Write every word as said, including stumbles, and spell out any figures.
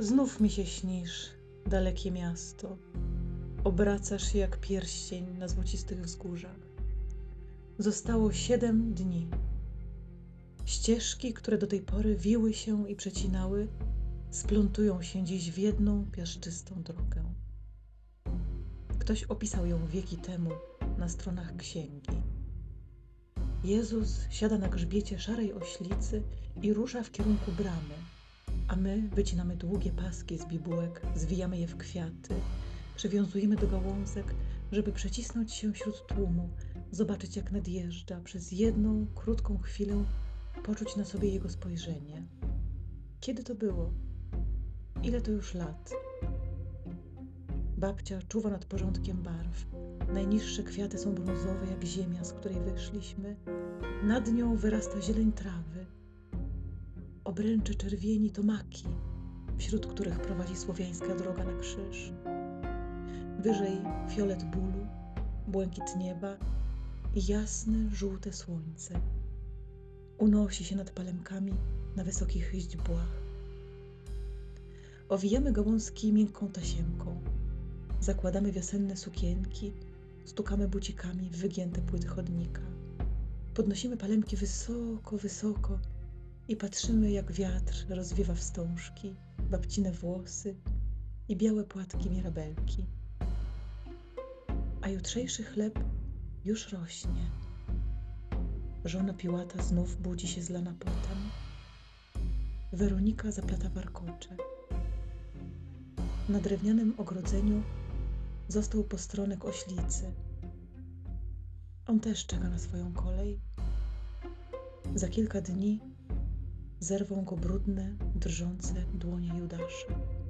Znów mi się śnisz, dalekie miasto. Obracasz się jak pierścień na złocistych wzgórzach. Zostało siedem dni. Ścieżki, które do tej pory wiły się i przecinały, splątują się dziś w jedną piaszczystą drogę. Ktoś opisał ją wieki temu na stronach księgi. Jezus siada na grzbiecie szarej oślicy i rusza w kierunku bramy, a my wycinamy długie paski z bibułek, zwijamy je w kwiaty, przywiązujemy do gałązek, żeby przecisnąć się wśród tłumu, zobaczyć jak nadjeżdża, przez jedną krótką chwilę poczuć na sobie jego spojrzenie. Kiedy to było? Ile to już lat? Babcia czuwa nad porządkiem barw. Najniższe kwiaty są brązowe jak ziemia, z której wyszliśmy. Nad nią wyrasta zieleń trawy. Obręcze czerwieni to maki, wśród których prowadzi słowiańska droga na krzyż. Wyżej fiolet bólu, błękit nieba i jasne, żółte słońce. Unosi się nad palemkami na wysokich źdźbłach. Owijamy gałązki miękką tasiemką. Zakładamy wiosenne sukienki, stukamy bucikami w wygięte płyty chodnika. Podnosimy palemki wysoko, wysoko i patrzymy, jak wiatr rozwiewa wstążki, babcine włosy i białe płatki mirabelki. A jutrzejszy chleb już rośnie. Żona Piłata znów budzi się zlana potem. Weronika zaplata warkocze. Na drewnianym ogrodzeniu został postronek oślicy. On też czeka na swoją kolej. Za kilka dni zerwą go brudne, drżące dłonie Judasza.